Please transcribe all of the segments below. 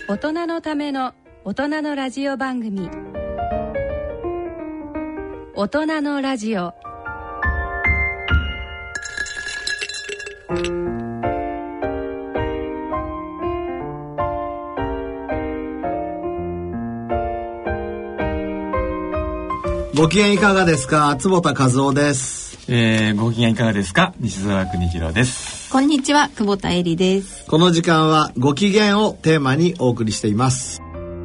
大人のための大人のラジオ番組、大人のラジオ。 ご機嫌いかがですか？坪田和夫です。 ご機嫌いかがですか？西澤邦弘です。 こんにちは、久保田恵里です。 この時間はご機嫌をテーマにお送りしています。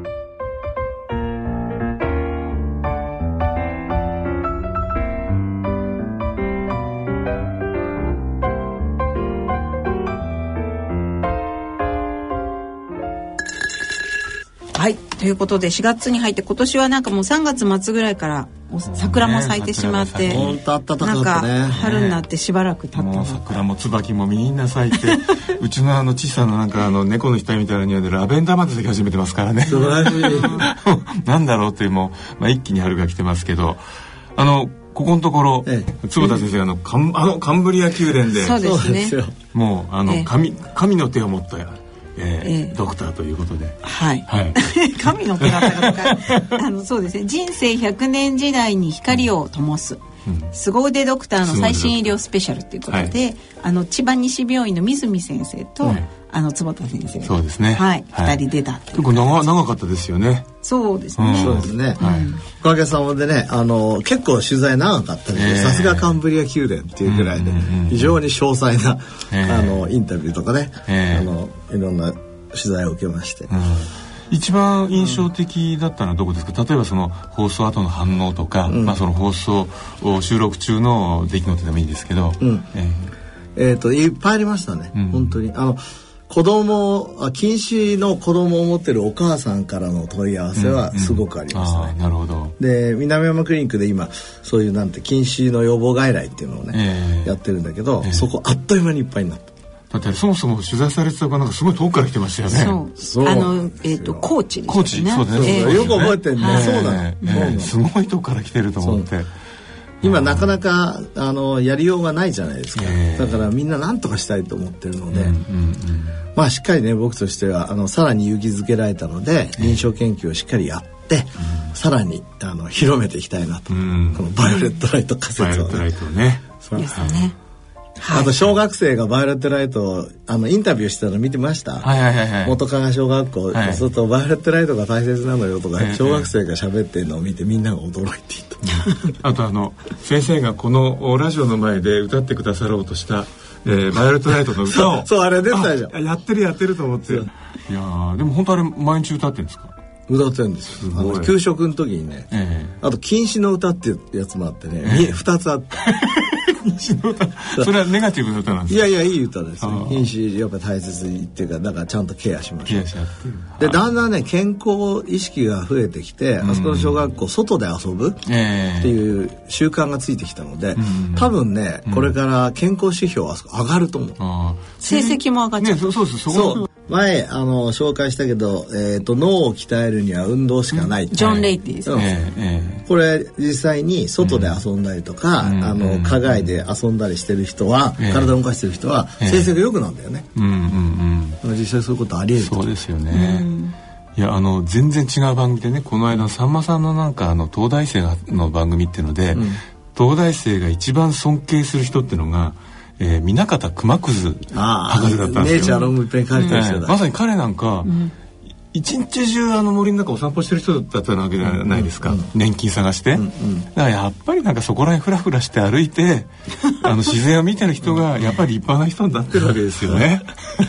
はい、ということで4月に入って、今年はなんかもう3月末ぐらいから桜も咲いてしまって、 本当暖かかったね。 なんか春になってしばらく経ったの。 もう桜も椿もみんな咲いてうちの小さななんか猫の額みたいな匂いでラベンダーまで咲き始めてますからね。 素晴らしいなんだろうっていうもう、一気に春が来てますけど、ここのところ、坪田先生がカンブリア宮殿で、 そうですね、 もう神の手を持ったドクターということで、 はい、はい、神の手だったかそうですね、人生100年時代に光を灯す、凄腕ドクターの最新医療スペシャルということで、千葉西病院の水見先生と、坪田先生、 そうですね、 はい、2人出た。 結構長かったですよね。 そうですね、 そうですね、おかげさまでね、結構取材長かったけど、さすがカンブリア宮殿っていうぐらいで、非常に詳細なインタビューとかね、いろんな取材を受けまして、 一番印象的だったのはどこですか？例えばその放送後の反応とか、その放送収録中の出来事でもいいですけど、 いっぱいありましたね、本当に。近視の子供を持ってるお母さんからの問い合わせはすごくありましたね。 なるほど。 で、南山クリニックで今そういう近視の予防外来っていうのをね、やってるんだけど、そこあっという間にいっぱいになった。 だってそもそも取材されてた子なんかすごい遠くから来てましたよね。 そう高知ですね。 そうですね。 よく覚えてるね。そうだね。 すごい遠くから来てると思って。 今なかなかやりようがないじゃないですか。だからみんな何とかしたいと思ってるので、しっかりね、僕としてはさらに勇気づけられたので、臨床研究をしっかりやって、さらに広めていきたいなと、このバイオレットライト仮説をね。 バイオレットライトね。 そうですね。 あと小学生がバイオレットライトをインタビューしてたの見てました？元加賀小学校、そうするとバイオレットライトが大切なのよとか、小学生が喋ってるのを見てみんなが驚いていた。 あと先生がこのラジオの前で歌ってくださろうとしたバイオレットライトの歌をそうあれ出てたじゃん。 やってると思って。いやでも本当あれ毎日歌ってるんですか？歌ってるんですよ。給食の時にね、あと禁止の歌っていうやつもあってね、2つあって禁止の歌、それはネガティブな歌なんですか？ いやいい歌ですよ。禁止やっぱ大切にっていうか、だからちゃんとケアしましょう。でだんだんね、健康意識が増えてきて、あそこの小学校外で遊ぶっていう習慣がついてきたので、多分ね、これから健康指標は上がると思う。 成績も上がっちゃう。 そう前紹介したけど、脳を鍛えるには運動しかない、 ジョン・レイティですね。これ実際に外で遊んだりとか、課外で遊んだりしてる人は、体を動かしてる人は成績が良くなるんだよね。実際そういうことありえると。 そうですよね。いや全然違う番組でね、この間さんまさんの東大生の番組っていうので、東大生が一番尊敬する人っていうのが南方熊楠博士だったんですよ。 ネイチャーロングペン書いてる人だ。 まさに彼なんか、一日中森の中お散歩してる人だったわけじゃないですか。年金探して、だからやっぱりそこら辺フラフラして歩いて自然を見てる人がやっぱり立派な人になってるわけですよね。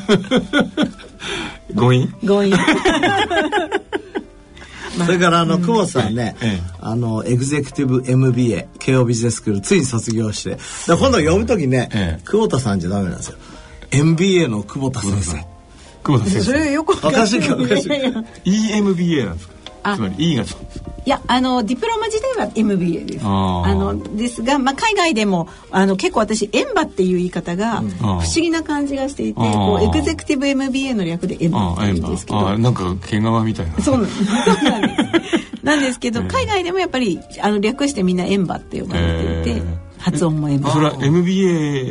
強引それから久保さんね、エグゼクティブ MBA 慶応ビジネススクールついに卒業して、今度読むときね、久保田さんじゃダメなんですよ。MBA の久保田先生。 久保田先生。 それよくおかしいか。 EMBA なんですか？つまり E がつくんですか？ いやディプロマ自体は MBA です。ですが、海外でも結構私エンバっていう言い方が不思議な感じがしていて、エグゼクティブ MBA の略でエンバっていうんですけど、 なんか毛皮みたいな。 そうなんです。なんですけど、海外でもやっぱり略してみんなエンバって呼ばれていて、発音もエンバ。 それは MBA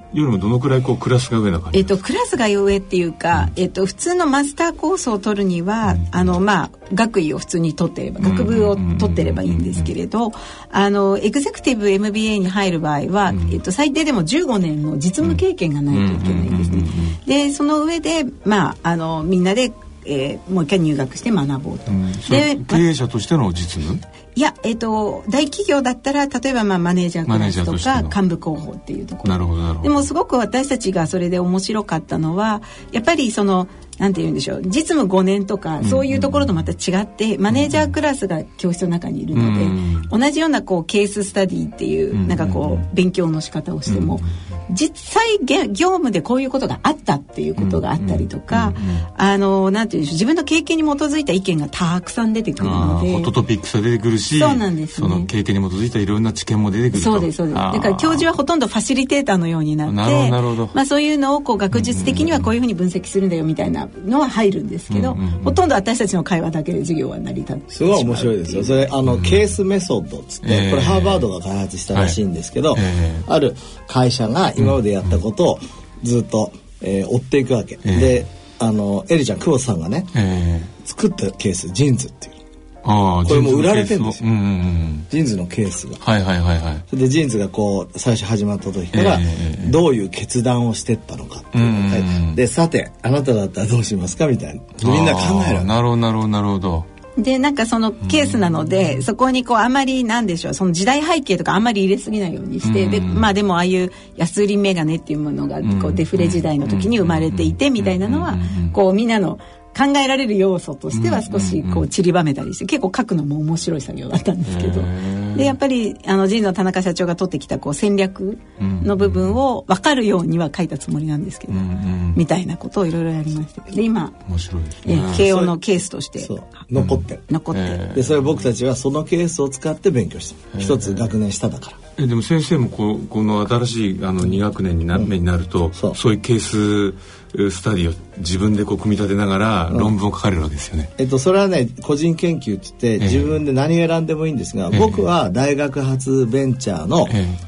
よりもどのくらいこうクラスが上な感じですか？ クラスが上っていうか、普通のマスターコースを取るには、学位を普通に取ってれば、学部を取ってればいいんですけれど、エグゼクティブ MBA に入る場合は、最低でも15年の実務経験がないといけないんですね。でその上で、みんなでもう一回入学して学ぼうと。 で経営者としての実務？ いや、大企業だったら例えばマネージャークラスとか幹部候補っていうところ。 なるほどなるほど。 でもすごく私たちがそれで面白かったのは、やっぱりそのなんて言うんでしょう、実務5年とかそういうところとまた違って、マネージャークラスが教室の中にいるので、同じようなこうケーススタディっていうなんかこう勉強の仕方をしても、実際業務でこういうことがあったっていうことがあったりとか、なんて言うんでしょう、自分の経験に基づいた意見がたくさん出てくるので、 ホットトピックスが出てくるし、 そうなんですね、 その経験に基づいたいろんな知見も出てくると。 そうですそうです。だから教授はほとんどファシリテーターのようになって、なるほど、そういうのをこう学術的にはこういうふうに分析するんだよみたいなのは入るんですけど、ほとんど私たちの会話だけで授業は成り立ってすごい面白いですよ。それケースメソッドっつって、これハーバードが開発したらしいんですけど、ある会社が今までやったことをずっと、追っていくわけ、でエリちゃん久保田さんがね、作ったケースジーンズっていう、これも売られてるんですよ、ジーンズのケースが。それでジーンズがこう最初始まった時からどういう決断をしてったのかっていうのを書いて、でさてあなただったらどうしますかみたいな、みんな考える。 なるほどなるほどなるほど。 でなんかそのケースなので、そこにこうあまりなんでしょう、その時代背景とかあんまり入れすぎないようにして、でもああいう安売りメガネっていうものがこうデフレ時代の時に生まれていてみたいなのは、こうみんなの考えられる要素としては少しこう散りばめたりして、結構書くのも面白い作業だったんですけど、でやっぱりジーンズの田中社長が取ってきたこう戦略の部分を分かるようには書いたつもりなんですけど、みたいなことをいろいろやりました。で今面白いですね、 慶応のケースとして残ってる、でそれ僕たちはそのケースを使って勉強してる、一つ学年下だから。 でも先生もこの新しい2学年になると、そういうケーススタディを自分でこう組み立てながら論文を書かれるわけですよね。 それはね個人研究って言って自分で何を選んでもいいんですが、僕は大学発ベンチャーの、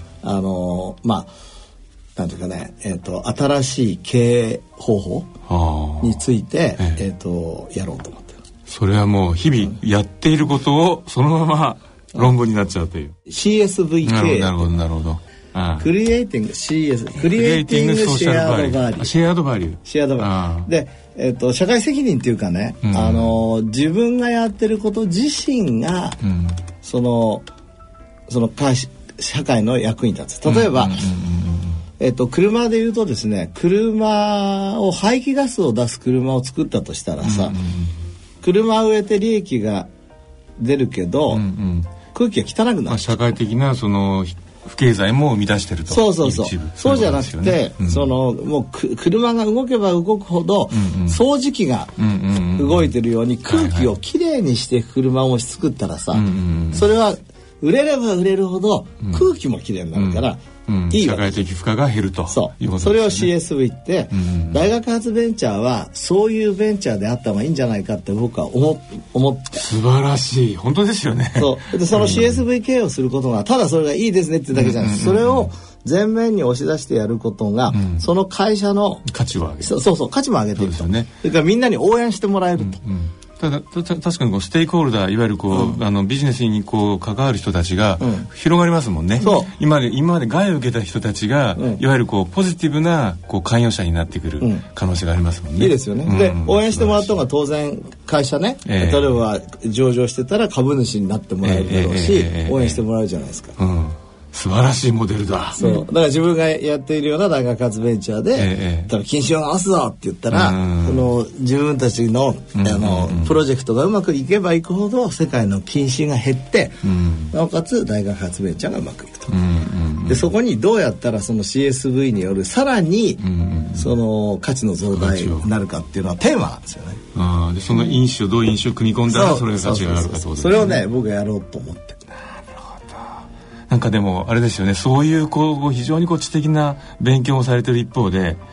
なんていうかね、新しい経営方法について、やろうと思ってる。 それはもう日々やっていることをそのまま論文になっちゃうという CSV 経営。 なるほどなるほど。 クリエイティング CS クリエイティングシェアードバリュー、 シェアードバリューで、社会責任っていうかね、自分がやってること自身が、その社会の役に立つ。例えば、車で言うとですね、排気ガスを出す車を作ったとしたらさ、車を植えて利益が出るけど、空気が汚くなる。 社会的なその不経済も生み出してると。 そうじゃなくて、もう車が動けば動くほど、掃除機が動いてるように空気をきれいにして車を作ったらさ、それは売れれば売れるほど空気もきれいになるから、いい社会的負荷が減るということですね。 それを CSV って、大学発ベンチャーはそういうベンチャーであった方がいいんじゃないかって僕は思って。 素晴らしい、本当ですよね。 でその CSV 経営をすることがただそれがいいですねってだけじゃない、それを前面に押し出してやることが、その会社の価値を上げる。 価値も上げていくと。それからみんなに応援してもらえると。 ただ確かにステークホルダー、いわゆるビジネスに関わる人たちが広がりますもんね。今まで害を受けた人たちが、いわゆるポジティブな関与者になってくる可能性がありますもんね。 いいですよね。で応援してもらった方が当然会社ね、例えば上場してたら株主になってもらえるだろうし、応援してもらえるじゃないですか。 素晴らしいモデルだ。 だから自分がやっているような大学発ベンチャーで、禁止を直すぞって言ったら、自分たちのプロジェクトがうまくいけばいくほど世界の禁止が減って、なおかつ大学発ベンチャーがうまくいくと。でそこにどうやったらその CSV によるさらにその価値の増大になるかっていうのはテーマなんですよね。 でその因子をどういう因子を組み込んだらそれが価値があるかと。 それをね僕がやろうと思って。 なんかでもあれですよね、そういう非常に知的な勉強をされてる一方で、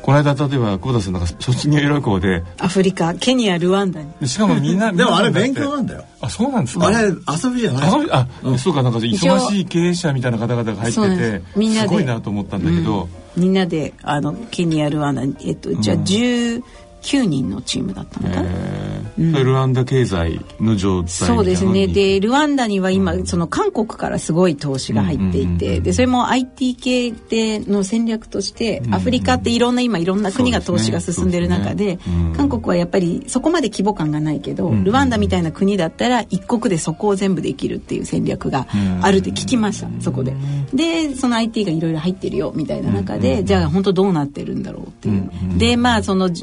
この間例えば久保田さんなんか卒業旅行でアフリカ、ケニア、ルワンダに。 しかもみんなでもあれ勉強なんだよ。 あ、そうなんですか。 あれ遊びじゃない。 そうか、なんか忙しい経営者みたいな方々が入っててみんなですごいなと思ったんだけど、 みんなでケニア、ルワンダにじゃあ19人のチームだったのかな。 ルワンダ経済の状態。 そうですね。でルワンダには今、その韓国からすごい投資が入っていて、でそれも IT 系での戦略として、アフリカっていろんな国が投資が進んでる中で、韓国はやっぱりそこまで規模感がないけど、ルワンダみたいな国だったら一国でそこを全部できるっていう戦略があるって聞きました。そこでその IT がいろいろ入ってるよみたいな中で、じゃあ本当どうなってるんだろうっていう、でその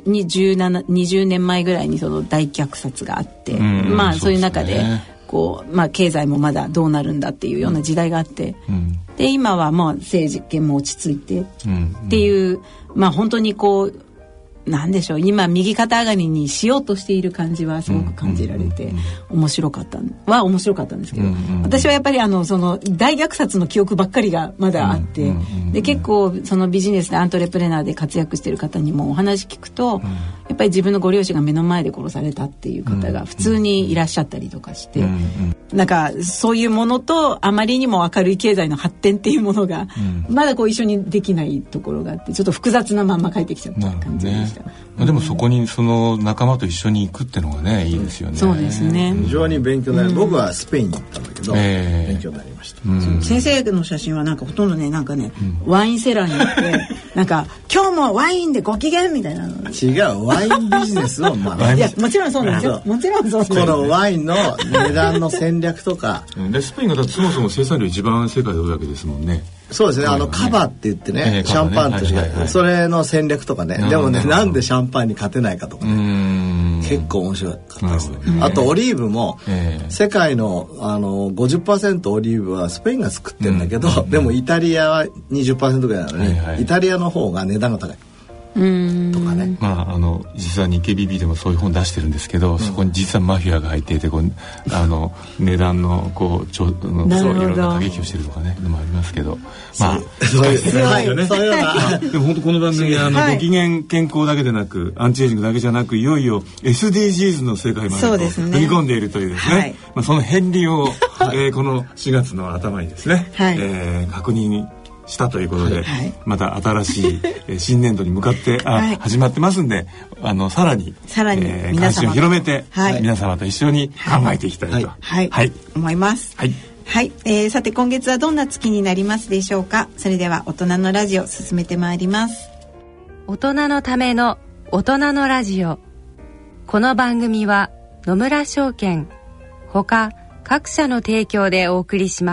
20年前ぐらいにその大虐殺があって、そういう中でこう、経済もまだどうなるんだっていうような時代があって、で今は政治権も落ち着いてっていう、本当にこうなんでしょう、今右肩上がりにしようとしている感じはすごく感じられて、面白かったんですけど、私はやっぱりその大虐殺の記憶ばっかりがまだあって、で結構そのビジネスでアントレプレナーで活躍している方にもお話聞くと、やっぱり自分のご両親が目の前で殺されたっていう方が普通にいらっしゃったりとかして、なんかそういうものとあまりにも明るい経済の発展っていうものがまだこう一緒にできないところがあって、ちょっと複雑なまんま帰ってきちゃった感じでした。 でもそこにその仲間と一緒に行くっていうのがね、いいですよね。 そうですね。 非常に勉強になる。僕はスペインに行ったんだけど、勉強になりました。 先生の写真はなんかほとんどね、ワインセラーに行ってなんか今日もワインでご機嫌みたいなの。 違う、ワインビジネスを学ぶ。 いや、もちろんそうなんですよ。もちろんそう。 このワインの値段の戦略とか。 でスペインがだってそもそも生産量一番世界で多いわけですもんね。 そうですね、カバって言ってね、シャンパンとして、それの戦略とかね、でもね、なんでシャンパンに勝てないかとかね、結構面白かったですね。あとオリーブも、世界の50% オリーブはスペインが作ってるんだけど、でもイタリアは 20% ぐらいなのに、イタリアの方が値段が高い。とかね、 実は日経 BB でもそういう本出してるんですけど、そこに実はマフィアが入っていて、値段のそういろんな過激をしてるとかねのもありますけど、 そういうような。 でも本当この番組ご機嫌健康だけでなく、アンチエイジングだけじゃなく、いよいよ SDGs の世界まで踏み込んでいるというですね、その片鱗をこの4月の頭にですね、確認したということで、また新しい新年度に向かって始まってますんで、さらに関心を広めて、皆様と一緒に考えていきたいと思います。さて今月はどんな月になりますでしょうか。それでは大人のラジオ進めてまいります。 大人のための大人のラジオ。この番組は野村証券ほか各社の提供でお送りします。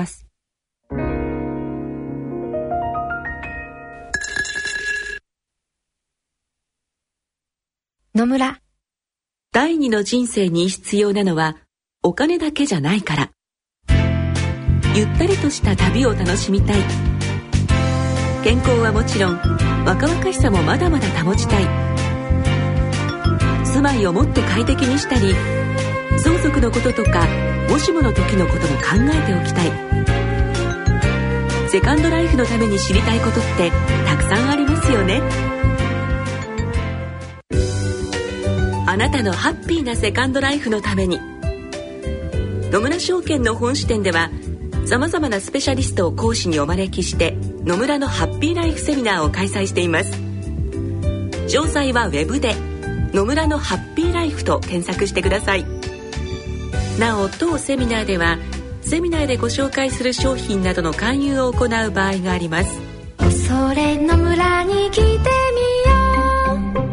野村、第二の人生に必要なのはお金だけじゃないから。ゆったりとした旅を楽しみたい。健康はもちろん若々しさもまだまだ保ちたい。住まいをもっと快適にしたり、相続のこととかもしもの時のことも考えておきたい。セカンドライフのために知りたいことってたくさんありますよね。あなたのハッピーなセカンドライフのために、野村証券の本支店ではさまざまなスペシャリストを講師にお招きして、野村のハッピーライフセミナーを開催しています。詳細はウェブで野村のハッピーライフと検索してください。なお当セミナーではセミナーでご紹介する商品などの勧誘を行う場合があります。 それ野村に来てみよう。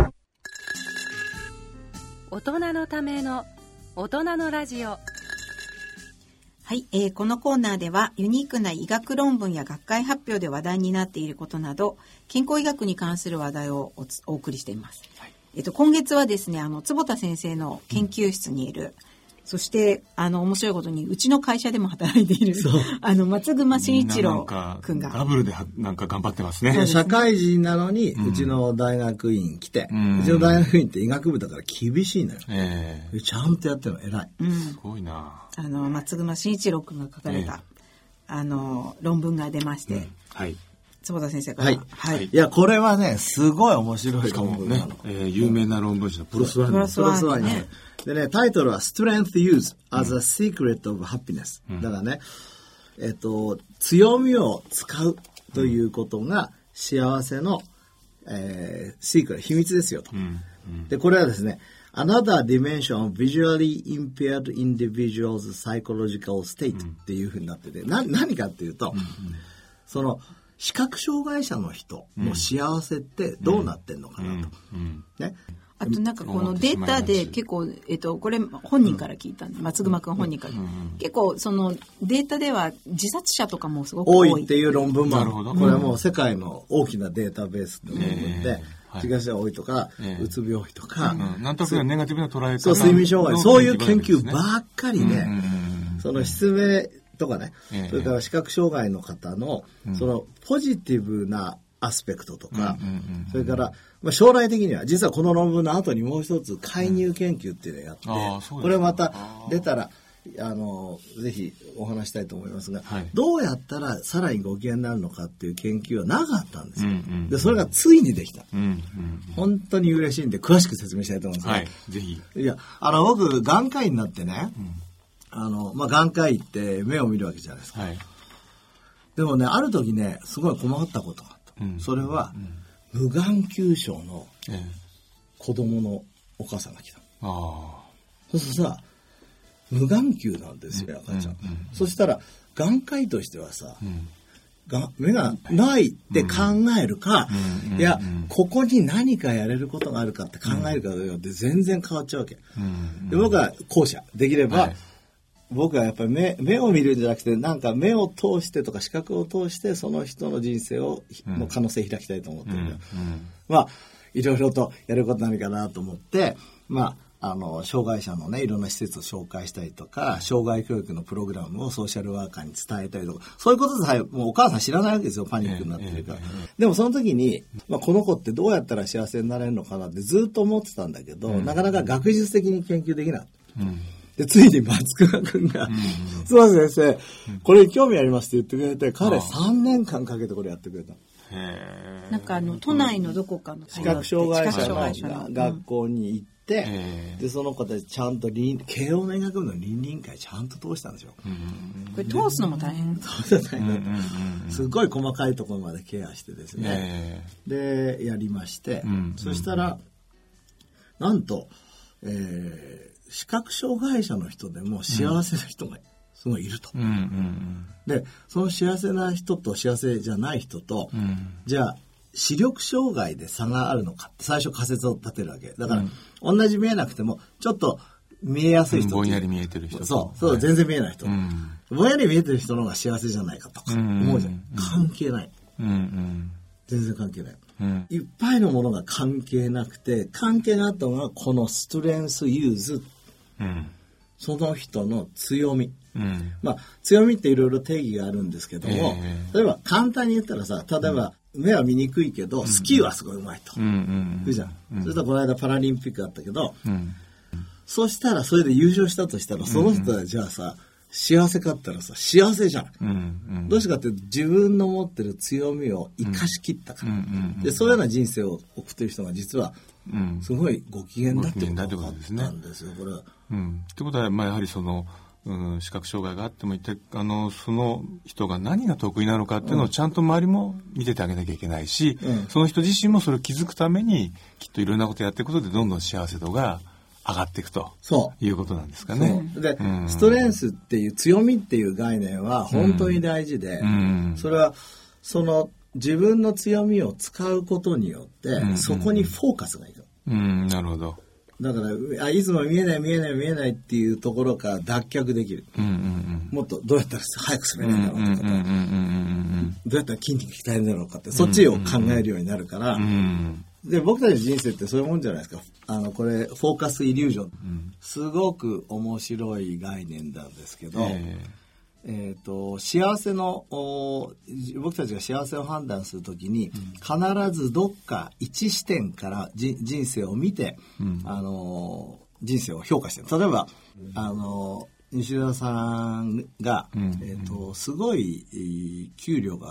大人のための大人のラジオ。 はい、このコーナーではユニークな医学論文や学会発表で話題になっていることなど、健康医学に関する話題をお送りしています。今月はですね、坪田先生の研究室にいる、そして面白いことにうちの会社でも働いている松隈慎一郎君がダブルでなんか頑張ってますね。 社会人なのにうちの大学院来て、うちの大学院って医学部だから厳しいのよ。ちゃんとやってるの偉い。 すごいな。 松隈慎一郎君が書かれた、論文が出まして、 坪田先生から。 はい。いや、これはね、すごい面白い論文なの。 有名な論文誌のプロスワンね。でね、タイトルは Strength Use as a Secret of Happiness。だからね、強みを使うということが幸せの、シークレット、秘密ですよと。で、これはですね、Another dimension of visually impaired individuals' psychological state っていうふうになってて、何かっていうと、その視覚障害者の人の幸せってどうなってんのかなと。ね。 あとなんかこのデータで結構、これ本人から聞いたんで、松隈君本人から。結構そのデータでは自殺者とかもすごく多い。 多いっていう論文もある。これはもう世界の大きなデータベースの論文で、自殺者が多いとか、うつ病とか。 なんとなくネガティブな捉え方。 そう、睡眠障害。そういう研究ばっかりね、その失明とかね、それから視覚障害の方の、そのポジティブなアスペクトとか、それから、将来的には、実はこの論文の後にもう一つ介入研究っていうのをやって、これまた出たら、ぜひお話したいと思いますが、どうやったらさらにご機嫌になるのかっていう研究はなかったんですよ。で、それがついにできた。本当に嬉しいんで、詳しく説明したいと思うんですが、 ぜひ。 いや、僕、眼科医になってね、眼科医って目を見るわけじゃないですか。でもね、ある時ね、すごい困ったことがあった。それは、無眼球症の子供のお母さんが来た。そうするとさ、無眼球なんですよ、赤ちゃん。そしたら、眼科医としてはさ、目がないって考えるか、いや、ここに何かやれることがあるかって考えるかによって全然変わっちゃうわけ。で、僕は後者。できれば、僕はやっぱり目を見るんじゃなくて、なんか目を通してとか視覚を通してその人の人生の可能性を開きたいと思ってる。いろいろとやること何かなと思って、障害者のね、いろんな施設を紹介したりとか、障害教育のプログラムをソーシャルワーカーに伝えたりとか、そういうことさえ、もうお母さん知らないわけですよ、パニックになってるから。でもその時に、この子ってどうやったら幸せになれるのかなってずっと思ってたんだけど、なかなか学術的に研究できなかった。で、ついに松隈君が、須藤先生、これに興味ありますって言ってくれて、彼3年間かけてこれやってくれた。 なんか都内のどこかの視覚障害者の学校に行って、でその子たちちゃんと慶応大学部の倫理委員会ちゃんと通したんですよ。 これ通すのも大変。 すごい細かいところまでケアしてですね、でやりまして、そしたらなんと、視覚障害者の人でも幸せな人がすごいいると。で、その幸せな人と幸せじゃない人と、じゃあ視力障害で差があるのかって最初仮説を立てるわけ。だから、同じ見えなくてもちょっと見えやすい人、 ぼんやり見えてる人、 そう、全然見えない人、ぼんやり見えてる人の方が幸せじゃないかとか思うじゃん。関係ない。全然関係ない。いっぱいのものが関係なくて、関係があったのがこのストレンスユーズ、その人の強み。強みっていろいろ定義があるんですけども、例えば簡単に言ったらさ、例えば目は見にくいけどスキーはすごいうまいと言うじゃん。そしたらこの間パラリンピックあったけど、そしたらそれで優勝したとしたら、その人はじゃあさ、幸せかったらさ、幸せじゃん。どうしてかって自分の持ってる強みを生かしきったから。で、そういうような人生を送ってる人が実はすごいご機嫌だってことだったんですよ、これは。 ってことは、やはりその、視覚障害があっても一体その人が何が得意なのかっていうのをちゃんと周りも見ててあげなきゃいけないし、その人自身もそれを気づくためにきっといろんなことやっていくことでどんどん幸せ度が上がっていくということなんですかね。 で、ストレンスっていう強みっていう概念は本当に大事で、それはその自分の強みを使うことによってそこにフォーカスがいく。 なるほど。 だからいつも見えないっていうところから脱却できる。もっとどうやったら早く滑れるんだろうとか、どうやったら筋肉鍛えるんだろうかって、そっちを考えるようになるから、で僕たちの人生ってそういうもんじゃないですか。これフォーカスイリュージョン、すごく面白い概念なんですけど、幸せの僕たちが幸せを判断するときに、必ずどっか一視点から人生を見て、人生を評価してる。例えば西田さんが、すごい給料が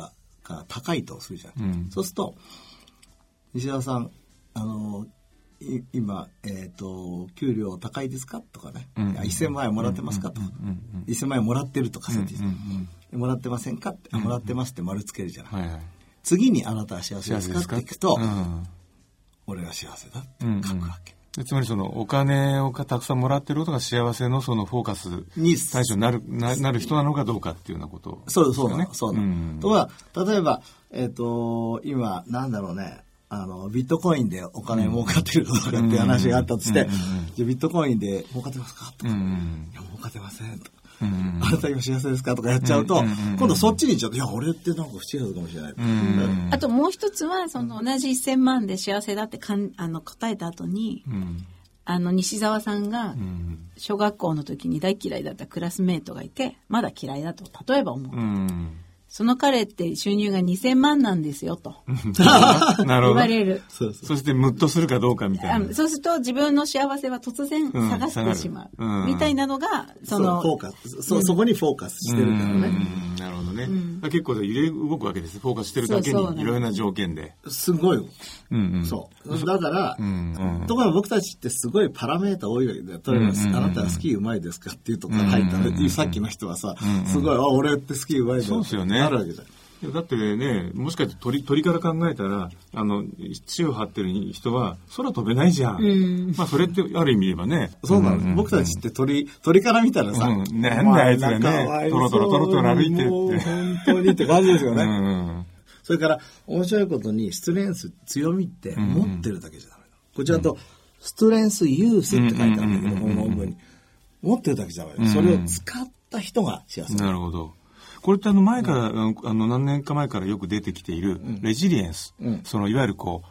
が高いとするじゃない、そうすると西田さん今、給料高いですかとかね、1000万円もらってますかとか、1000万円もらってるとか、もらってませんかって、もらってますって丸つけるじゃない、次にあなたは幸せですかって聞くと、俺が幸せだって書くわけ。 つまりそのお金をたくさんもらってることが幸せのそのフォーカスに対象になる人なのかどうかっていうようなこと、 そうなの。とは例えば今なんだろうね、ビットコインでお金儲かってるとかっていう話があったとして、じゃビットコインで儲かってますかとか、いや儲かってませんとか、あなた今幸せですかとかやっちゃうと、今度そっちに行っちゃうと、いや俺ってなんか不幸せかもしれない。 あともう一つはその同じ1000万で幸せだって答えた後に、西澤さんが小学校の時に大嫌いだったクラスメートがいて、まだ嫌いだと例えば思う。その彼って収入が2000万なんですよとなるほど言われる。 そしてムッとするかどうかみたいな。 そうすると自分の幸せは突然下がってしまう、みたいなのがそのフォーカス、そこにフォーカスしてるからね。 なるほどね、結構揺れ動くわけです。フォーカスしてるだけにいろいろな条件ですごい、そうだから、ところが僕たちってすごいパラメータ多いわけで、例えば、あなたはスキーうまいですかっていうとこから入ったら、さっきの人はさ、すごい俺ってスキーうまいだそうですよね。 あるわけじゃん。 だってね、もしかして鳥から考えたら地を張ってる人は空飛べないじゃん、それってある意味言えばね、 そうなの、僕たちって鳥から見たらさ、 なんだあいつらね、トロトロ歩いてって本当にって感じですよね。それから面白いことにストレンス、強みって持ってるだけじゃダメだ。こちらとストレンスユースって書いてあるんだけど、本文に持ってるだけじゃダメだ。それを使った人が幸せ。 なるほど。これって前から、何年か前からよく出てきているレジリエンス、そのいわゆるこ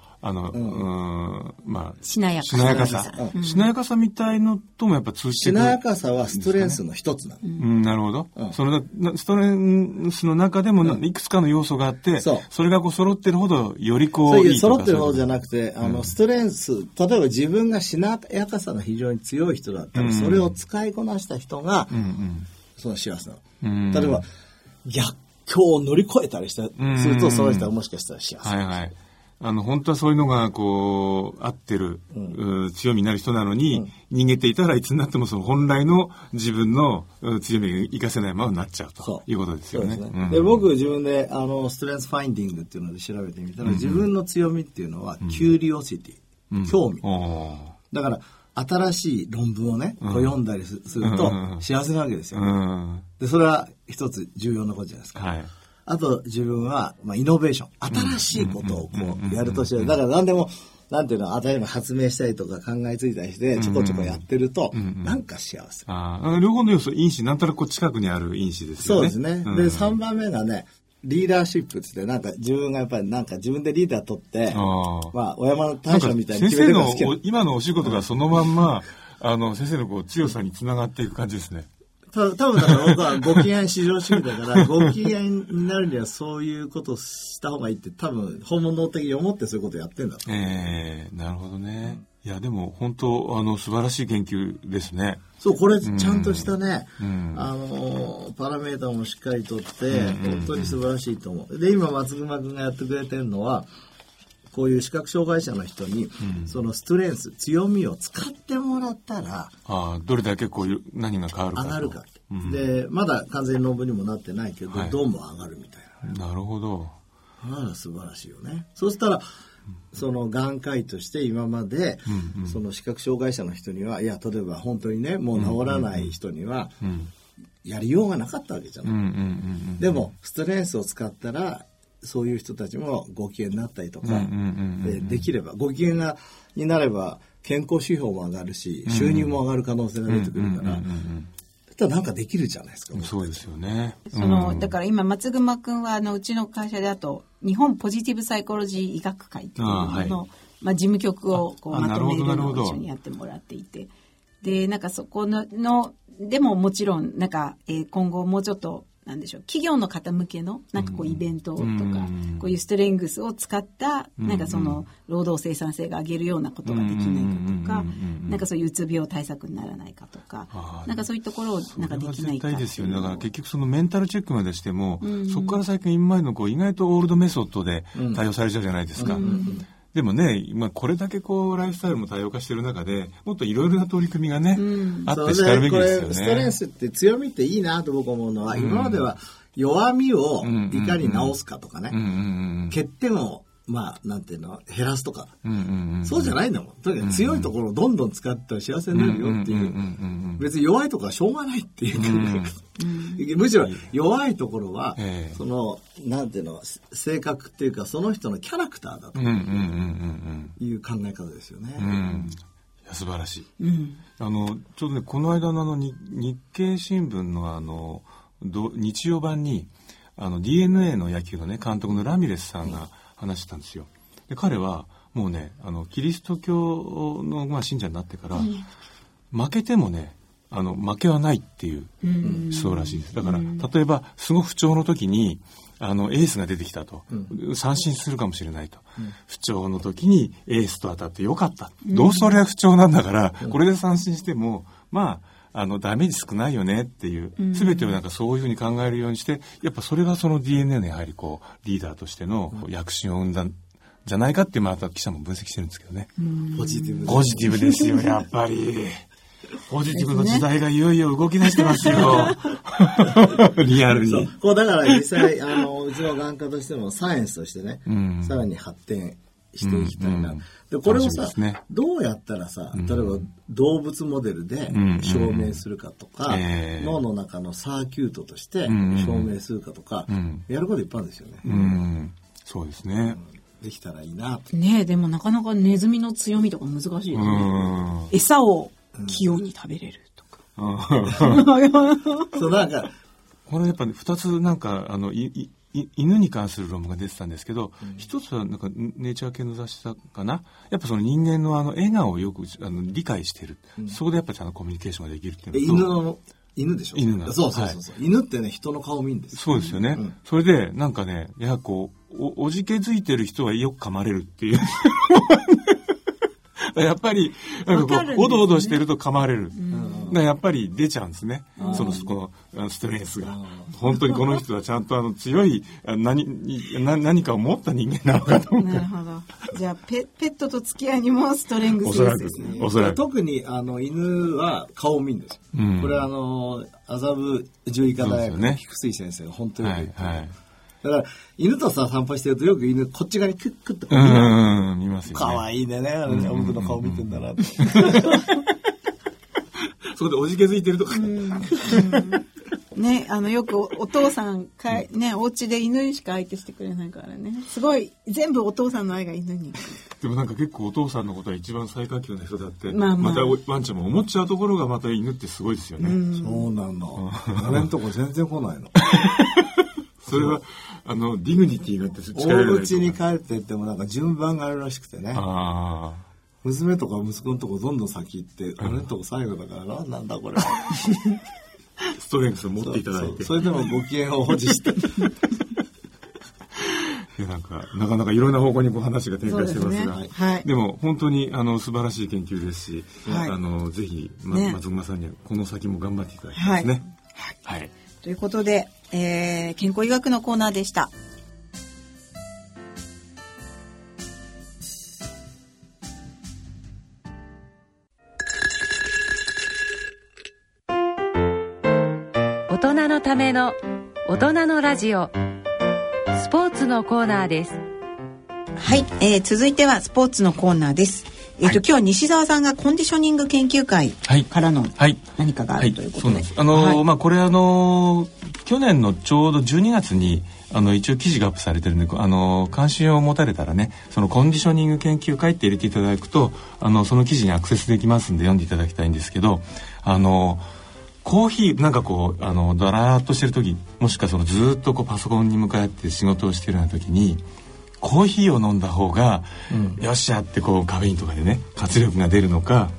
うしなやかさ、 しなやかさみたいのともやっぱ通じてくる。 しなやかさはストレンスの一つなの。 なるほど。そのストレンスの中でもいくつかの要素があって、それがこう揃ってるほどよりこういいとか。 揃ってるほどじゃなくて、ストレンス、例えば自分がしなやかさが非常に強い人だったら、それを使いこなした人がその幸せなの。例えば逆境を乗り越えたりすると、その人はもしかしたら幸せ。 本当はそういうのがこう合ってる、強みになる人なのに、逃げていたらいつになってもその本来の自分の強みが活かせないままになっちゃうということですよね。 で僕自分でストレンスファインディングっていうので調べてみたら、自分の強みっていうのはキュリオシティ、興味だから、新しい論文をね、こう読んだりすると幸せなわけですよ。でそれは一つ重要なことじゃないですか。あと自分は、イノベーション、新しいことをこうやるとして、だから何でもなんていうの、例えば発明したりとか考えついたりしてちょこちょこやってると、なんか幸せ。 両方の要素因子、なんとなく近くにある因子ですよね。 そうですね。で3番目がね、リーダーシップってなんか自分がやっぱりなんか自分でリーダー取って小山大将みたいに決めてますけど、 今のお仕事がそのまんま先生のこう強さにつながっていく感じですね。 多分だから僕はご機嫌至上主義だからご機嫌になるにはそういうことをした方がいいって多分本能的に思ってそういうことをやってんだと。 なるほどね。いやでも本当素晴らしい研究ですね。 そう、これちゃんとしたね、パラメータもしっかりとって本当に素晴らしいと思う。で今松隈君がやってくれてるのはこういう視覚障害者の人に、そのストレンス、強みを使ってもらったらどれだけこう何が変わるか上がるか、でまだ完全に論文にもなってないけど、どうも上がるみたいな。 なるほど。 素晴らしいよね。そうしたらその眼科医として今まで、その視覚障害者の人には、いや例えば本当にねもう治らない人にはやりようがなかったわけじゃない。でもストレンスを使ったらそういう人たちもご機嫌になったりとか、できればご機嫌になれば健康指標も上がるし、収入も上がる可能性が出てくるから、なんかできるじゃないですか。 そうですよね。 だから今松隈君はうちの会社であと日本ポジティブサイコロジー医学会というのの事務局をこうまとめるのを一緒にやってもらっていて、でなんかそこのでももちろんなんか今後もうちょっとなんでしょう、企業の方向けのなんかこうイベントとか、こういうストレングスを使ったなんかその労働生産性が上げるようなことができないかとか、なんかそういううつ病対策にならないかとか、なんかそういうところをなんかできないかっていう。 絶対ですよね。だから結局そのメンタルチェックまでしても、そこから最近今までのこう意外とオールドメソッドで対応されちゃうじゃないですか。でもね、今これだけこうライフスタイルも多様化してる中でもっといろいろな取り組みがね、あってしかるべきですよね。 これストレンスって強みっていいなと僕思うのは、今までは弱みをいかに直すかとかね、欠点をなんていうの減らすとか、そうじゃないんだもん。とにかく強いところをどんどん使ったら幸せになるよっていう、別に弱いところはしょうがないっていう、むしろ弱いところは、そのなんていうの性格っていうかその人のキャラクターだという考え方ですよね。 いや素晴らしい。ちょうどねこの間の日経新聞の日曜版にDNA の野球のね監督のラミレスさんが話してたんですよ。で彼はもうねキリスト教の信者になってから、負けてもね負けはないっていう思想らしいです。だから例えばすごく不調の時にエースが出てきたと、三振するかもしれないと、不調の時にエースと当たってよかった、どうせ俺は不調なんだから、これで三振してもダメージ少ないよねっていう、全てをなんかそういうふうに考えるようにして、やっぱそれがその DNA のやはりこうリーダーとしての躍進を生んだんじゃないかってまた記者も分析してるんですけどね。 ポジティブですよやっぱり。ポジティブの時代がいよいよ動き出してますよ。リアルに。 こうだから実際うちの眼科としてもサイエンスとしてね、さらに発展していきたいな。でこれをさ、どうやったらさ、例えば動物モデルで証明するかとか、脳の中のサーキュートとして証明するかとか、やることいっぱいあるんですよね。 そうですね。 できたらいいなと。 ねえ、でもなかなかネズミの強みとか難しいですね。餌を器用に食べれるとか。 そうなんかこれやっぱり2つなんか犬に関する論文が出てたんですけど、一つはなんかネイチャー系の雑誌だかな、やっぱその人間の笑顔をよく理解してる、そこでやっぱちゃんとコミュニケーションができるっていうのと、 犬でしょ。 犬がそう、犬ってね人の顔見るんですよ。 そうですよね。それでなんかね、やはりこうおじけづいてる人はよく噛まれるっていうやっぱりなんかこうおどおどしてると噛まれる。やっぱり出ちゃうんですね。このストレスが本当にこの人はちゃんと強い何かを持った人間なのかと思って。 なるほど。じゃあペットと付き合いにもストレングスですね。 おそらく特に犬は顔を見るんですよ。これは麻布獣医科大学の菊水先生が本当によく言ってる。だから犬と散歩してるとよく犬こっち側にクックッと見ますよね。 可愛いね、僕の顔見てんだなって。 そこでおじけづいてるとかね、よくお父さんね、お家で犬にしか相手してくれないからね、すごい全部お父さんの愛が犬に。 でもなんか結構お父さんのことは一番最下級な人だって、またワンちゃんも思っちゃうところがまた犬ってすごいですよね。 そうなんだ。俺んとこ全然来ないの。 それはディグニティがあって近寄れないと。お家に帰ってってもなんか順番があるらしくてね。娘とか息子のとこどんどん先行って、俺のとこ最後だからなんだこれ。 ストレングスを持っていただいて。 それでもご機嫌を保持して。 なかなかいろんな方向に話が展開してますが、でも本当に素晴らしい研究ですし、ぜひ松隈さんにはこの先も頑張っていただきたいですね。はい。 ということで、健康医学のコーナーでした。 大人のための大人のラジオ、スポーツのコーナーです。 はい、続いてはスポーツのコーナーです。今日は西澤さんがコンディショニング研究会からの何かがあるということで、 これ去年のちょうど12月に一応記事がアップされてるんで、関心を持たれたらね、そのコンディショニング研究会って入れていただくとその記事にアクセスできますんで読んでいただきたいんですけど、コーヒーなんかこうだらーっとしてる時、もしくはずっとパソコンに向かって仕事をしてるような時にコーヒーを飲んだ方が、よっしゃってカフェインとかでね活力が出るのか、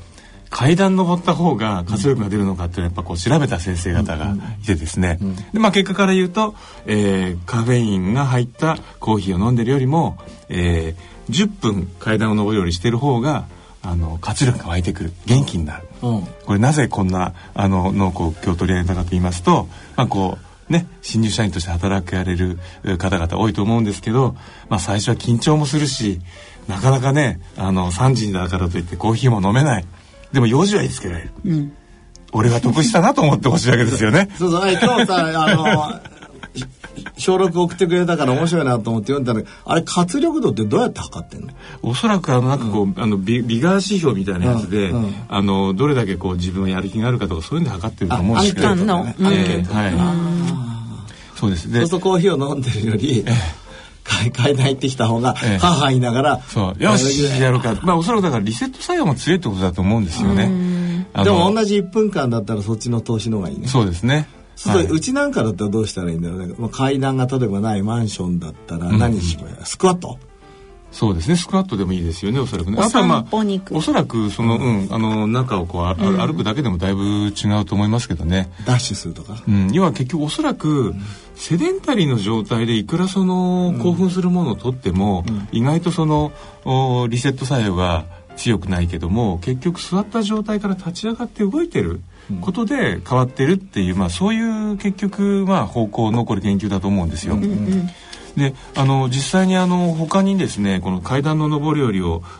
階段登った方が活力が出るのかっていうのはやっぱこう調べた先生方がいてですね、で結果から言うと、カフェインが入ったコーヒーを飲んでるよりも、10分階段を上り下りしてる方が活力が湧いてくる、元気になる、これなぜこんな脳を今日取り上げたかと言いますと、新入社員として働かれる方々多いと思うんですけど、最初は緊張もするし、なかなかね3時だからといってコーヒーも飲めない。でも用事は見つけられる、俺が得したなと思ってほしいわけですよね。 そう今日さ小6送ってくれたから面白いなと思って読んだら、あれ活力度ってどうやって測ってんの？ おそらくなんかこう、ビガー指標みたいなやつで、どれだけこう自分はやる気があるかとかそういうので測ってると思うんですけど、 アンケート、 そうです。 そうするとコーヒーを飲んでるより、階段行ってきた方が母言いながら、 よしやるか、おそらくだからリセット作用も強いってことだと思うんですよね。 でも同じ1分間だったらそっちの投資の方がいいね。 そうですね。 うちなんかだったらどうしたらいいんだろうね。階段が例えばないマンションだったら何しようや、スクワット。 そうですね、スクワットでもいいですよね、おそらくね。 お散歩に行く。 おそらくその、中をこう歩くだけでもだいぶ違うと思いますけどね。 ダッシュするとか。 要は結局おそらく、セデンタリーの状態でいくらその興奮するものをとっても、意外とそのリセット作用が強くないけども、結局座った状態から立ち上がって動いてることで変わってるっていう、そういう結局方向のこれ研究だと思うんですよ。で実際に他にですね、この階段の上り下りを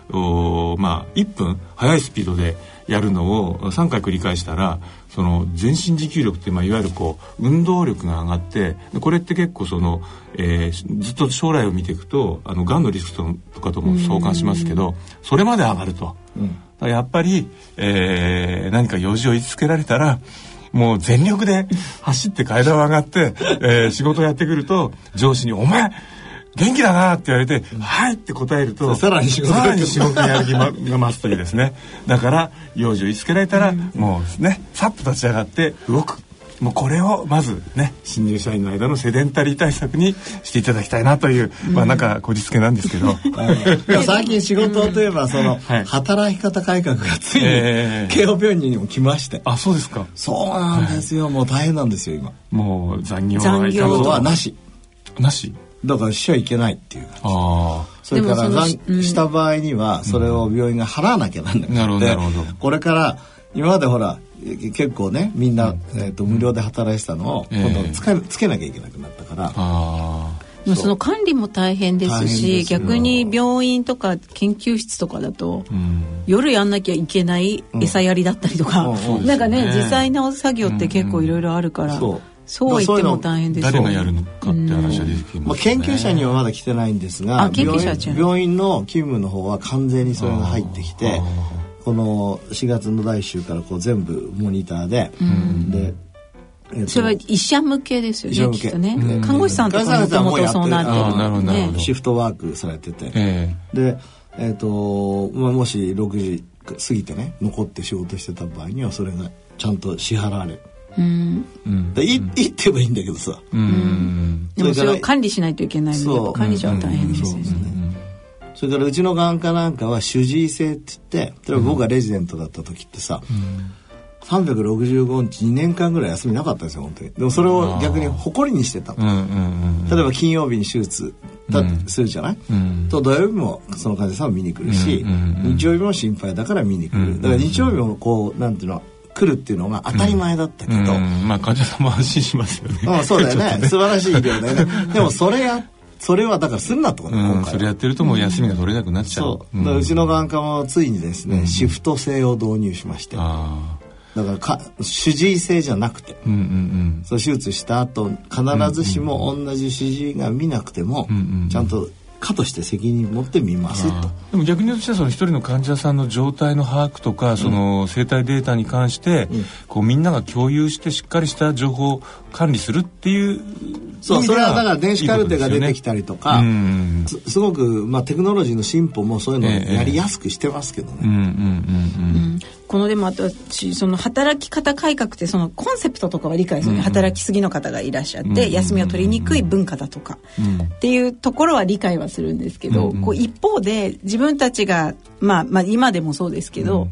1分速いスピードでやるのを3回繰り返したら、その全身持久力っていわゆるこう運動力が上がって、これって結構その、ずっと将来を見ていくとがんのリスクとかとも相関しますけど、それまで上がると。やっぱり、何か用事を言いつけられたらもう全力で走って階段を上がって、仕事をやってくると上司に「お前元気だな」って言われて「はい」って答えるとさらに仕事にやる気が増すというですね。だから用事を言いつけられたら、もうねさっと立ち上がって動く。もうこれをまずね、新入社員の間のセデンタリー対策にしていただきたいなという、なんかこじつけなんですけど最近仕事といえばその、働き方改革がついに慶応病院にも来まして。 あ、そうですか。 そうなんですよ、もう大変なんですよ今。 もう残業はなしだからしちゃいけないっていう。それからした場合にはそれを病院が払わなきゃなんなくて、なるほどこれから今までほら結構ねみんな、無料で働いてたのを今度つけなきゃいけなくなったから、 その管理も大変ですし、逆に病院とか研究室とかだと、夜やんなきゃいけない餌やりだったりとか、なんかね実際の作業って結構いろいろあるから、そうは言っても大変です。 誰がやるのかって話は出てきますね。 研究者にはまだ来てないんですが、病院の勤務の方は完全にそれが入ってきて、この4月の第1週からこう全部モニターで、 それは医者向けですよね、きっとね。看護師さんとかもともとそうなってる、 シフトワークされてて、で、もし6時過ぎてね残って仕事してた場合にはそれがちゃんと支払われる。行ってもいいんだけどさ、 でもそれを管理しないといけないので管理者は大変ですよね。 それからうちの眼科なんかは主治医制って言って、例えば僕がレジデントだった時ってさ、365日2年間ぐらい休みなかったんですよ本当に。でもそれを逆に誇りにしてたの。例えば金曜日に手術するじゃない、と土曜日もその患者さんを見に来るし、日曜日も心配だから見に来る。だから日曜日もこうなんていうの来るっていうのが当たり前だったけど、 患者さんも安心しますよね。 そうだよね素晴らしい医療だよね。でもそれはだからするなってことね、 それやってるともう休みが取れなくなっちゃう。 うちの眼科もついにですね、シフト制を導入しまして、だから主治医制じゃなくて、そう手術した後必ずしも同じ主治医が見なくても、ちゃんと科として責任持って見ますと。 でも逆に言うとその一人の患者さんの状態の把握とか、その生体データに関して、こうみんなが共有してしっかりした情報を管理するっていうそれはだから電子カルテが出てきたりとか、すごくテクノロジーの進歩もそういうのをやりやすくしてますけどね。 このでも私その働き方改革ってそのコンセプトとかは理解する、働きすぎの方がいらっしゃって、休みを取りにくい文化だとか、っていうところは理解はするんですけど、こう一方で自分たちが今でもそうですけど、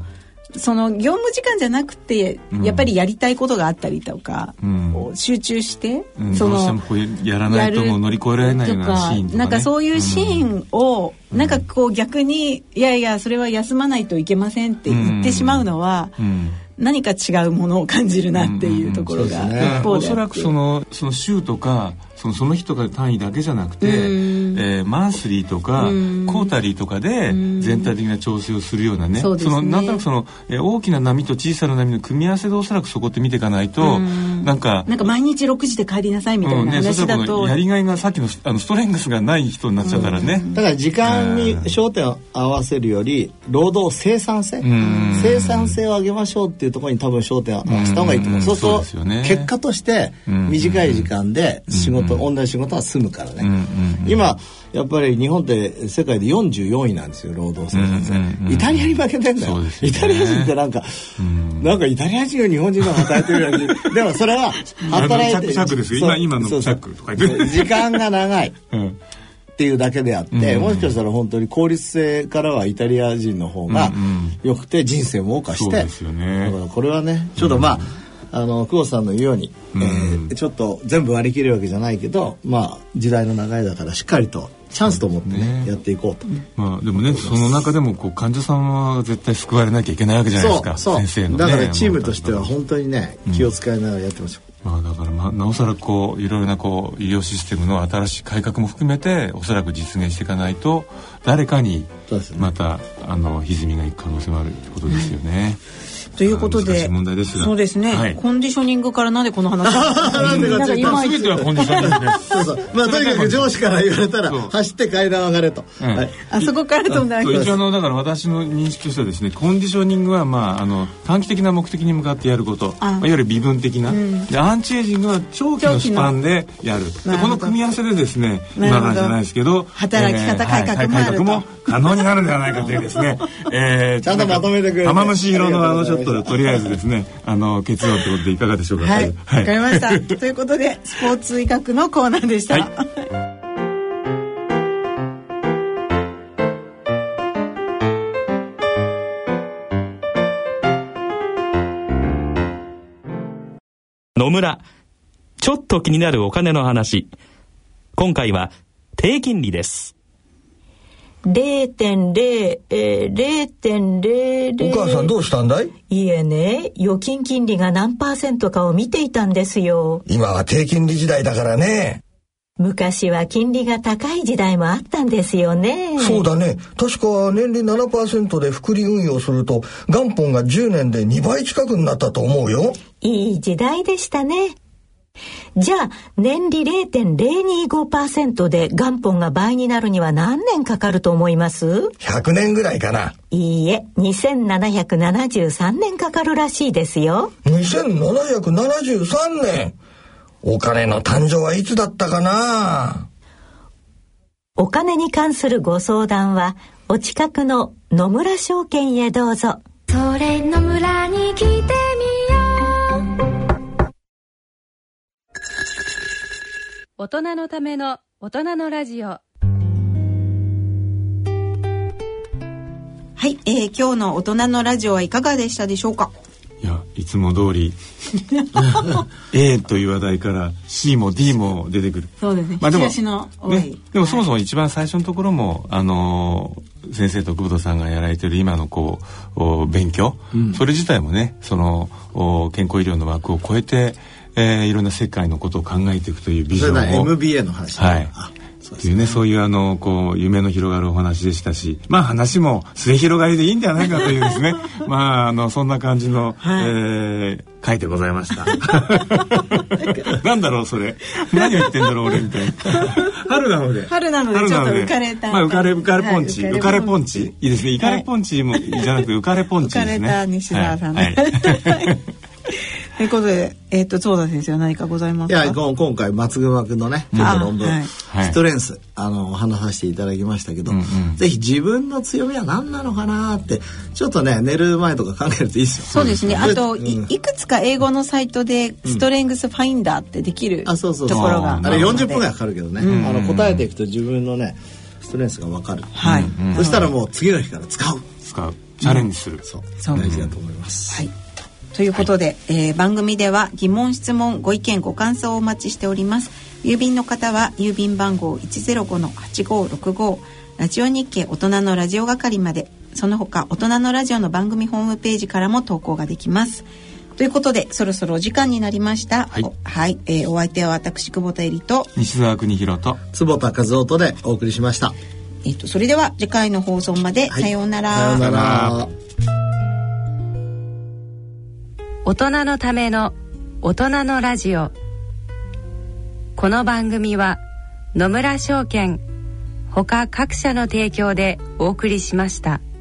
その業務時間じゃなくて、やっぱりやりたいことがあったりとか、集中して、 そのどうしてもこうやらないともう乗り越えられないようなシーンとかね、 なんかそういうシーンを、なんかこう逆にいやいやそれは休まないといけませんって言ってしまうのは、何か違うものを感じるなっていうところが一方で、 おそらくその週とかその日とか単位だけじゃなくて、マンスリーとかクォータリーとかで全体的な調整をするようなね、そのなんとなくその大きな波と小さな波の組み合わせでおそらくそこって見ていかないと、なんか毎日6時で帰りなさいみたいな話だと、 やりがいがさっきのストレングスがない人になっちゃうからね、 だから時間に焦点を合わせるより労働生産性を上げましょうっていうところに多分焦点を合わせた方がいいと思う。そうすると結果として短い時間で同じ仕事は済むからね。今やっぱり日本って世界で44位なんですよ、労働生産性。イタリアに負けてんだよ。イタリア人ってなんかイタリア人が日本人が働いてるようにでもそれは働いてチャックですよ、今のチャックとか言って時間が長いっていうだけであって、もしかしたら本当に効率性からはイタリア人の方が良くて人生も謳歌して、だからこれはねちょっと久保さんの言うように、ちょっと全部割り切るわけじゃないけど、時代の流れだからしっかりとチャンスと思ってねやっていこうと。 でもね、その中でも患者さんは絶対救われなきゃいけないわけじゃないですか。先生のね、 だからチームとしては本当にね気を使いながらやってましょう。 だからなおさらいろいろな医療システムの新しい改革も含めておそらく実現していかないと誰かにまた歪みがいく可能性もあるってことですよね。 ということで、そうですね、コンディショニングからなんでこの話なんか今全てはコンディショニングですとにかく上司から言われたら走って階段上がれと、 あそこから飛んだわけです。 一応だから私の認識としてはですね、コンディショニングは短期的な目的に向かってやること、いわゆる微分的な、でアンチエイジングは長期のスパンでやる。でこの組み合わせでですね、今からじゃないですけど働き方改革も可能になるんではないかというですねちゃんとまとめてくれる玉虫色のちょっととりあえずですね結論ということでいかがでしょうか。 はい、わかりましたということでスポーツ医学のコーナーでした。 野村、ちょっと気になるお金の話。今回は低金利です。 0.00 お母さんどうしたんだい？ いえね、預金金利が何%かを見ていたんですよ。 今は低金利時代だからね。 昔は金利が高い時代もあったんですよね。 そうだね。確か年利 7% で複利運用すると元本が10年で2倍近くになったと思うよ。 いい時代でしたね。じゃあ年利 0.025% で元本が倍になるには何年かかると思います？ 100 年ぐらいかな。 いいえ、2773年かかるらしいですよ。 2773年。お金の誕生はいつだったかな。 お金に関するご相談はお近くの野村証券へどうぞ。 それ野村に来てみよう。 大人のための大人のラジオ。 はい、今日の大人のラジオはいかがでしたでしょうか。 いや、いつも通りA という話題から C も D も出てくる。 そうですね。 でもね、 でもそもそも一番最初のところも先生と久保田さんがやられてる今の勉強、それ自体もね、その健康医療の枠を超えて、いろんな世界のことを考えていくというビジョンを。 それは MBA の話。 はい。っていうね、そういう夢の広がるお話でしたし、話も末広がりでいいんではないかというですねそんな感じの、回でございましたなんだろうそれ、何を言ってんだろう俺みたいな春なのでちょっと浮かれた、 浮かれポンチ、浮かれポンチいいですね。浮かれポンチもじゃなくて浮かれポンチですね。 浮かれた西澤さんね。ということで、そうだ先生は何かございますか？ いや、今回松隈君のねちょっと論文、ストレンスお話させていただきましたけど、ぜひ自分の強みは何なのかなってちょっとね寝る前とか考えるといいですよ。 そうですね。あと、いくつか英語のサイトでストレングスファインダーってできるところがあれ40分ぐらいかかるけどね、答えていくと自分のねストレンスが分かる。そしたらもう次の日から使う。 チャレンジする、 そう大事だと思います。 はい、ということで、番組では疑問質問ご意見ご感想をお待ちしております。郵便の方は郵便番号 105-8565 ラジオ日経大人のラジオ係まで。その他大人のラジオの番組ホームページからも投稿ができます。ということでそろそろお時間になりました。はい、お相手は私久保田恵里と西澤邦弘と坪田和夫とでお送りしました。 それでは次回の放送まで、さようなら。 さようなら。 大人のための大人のラジオ。この番組は野村証券他各社の提供でお送りしました。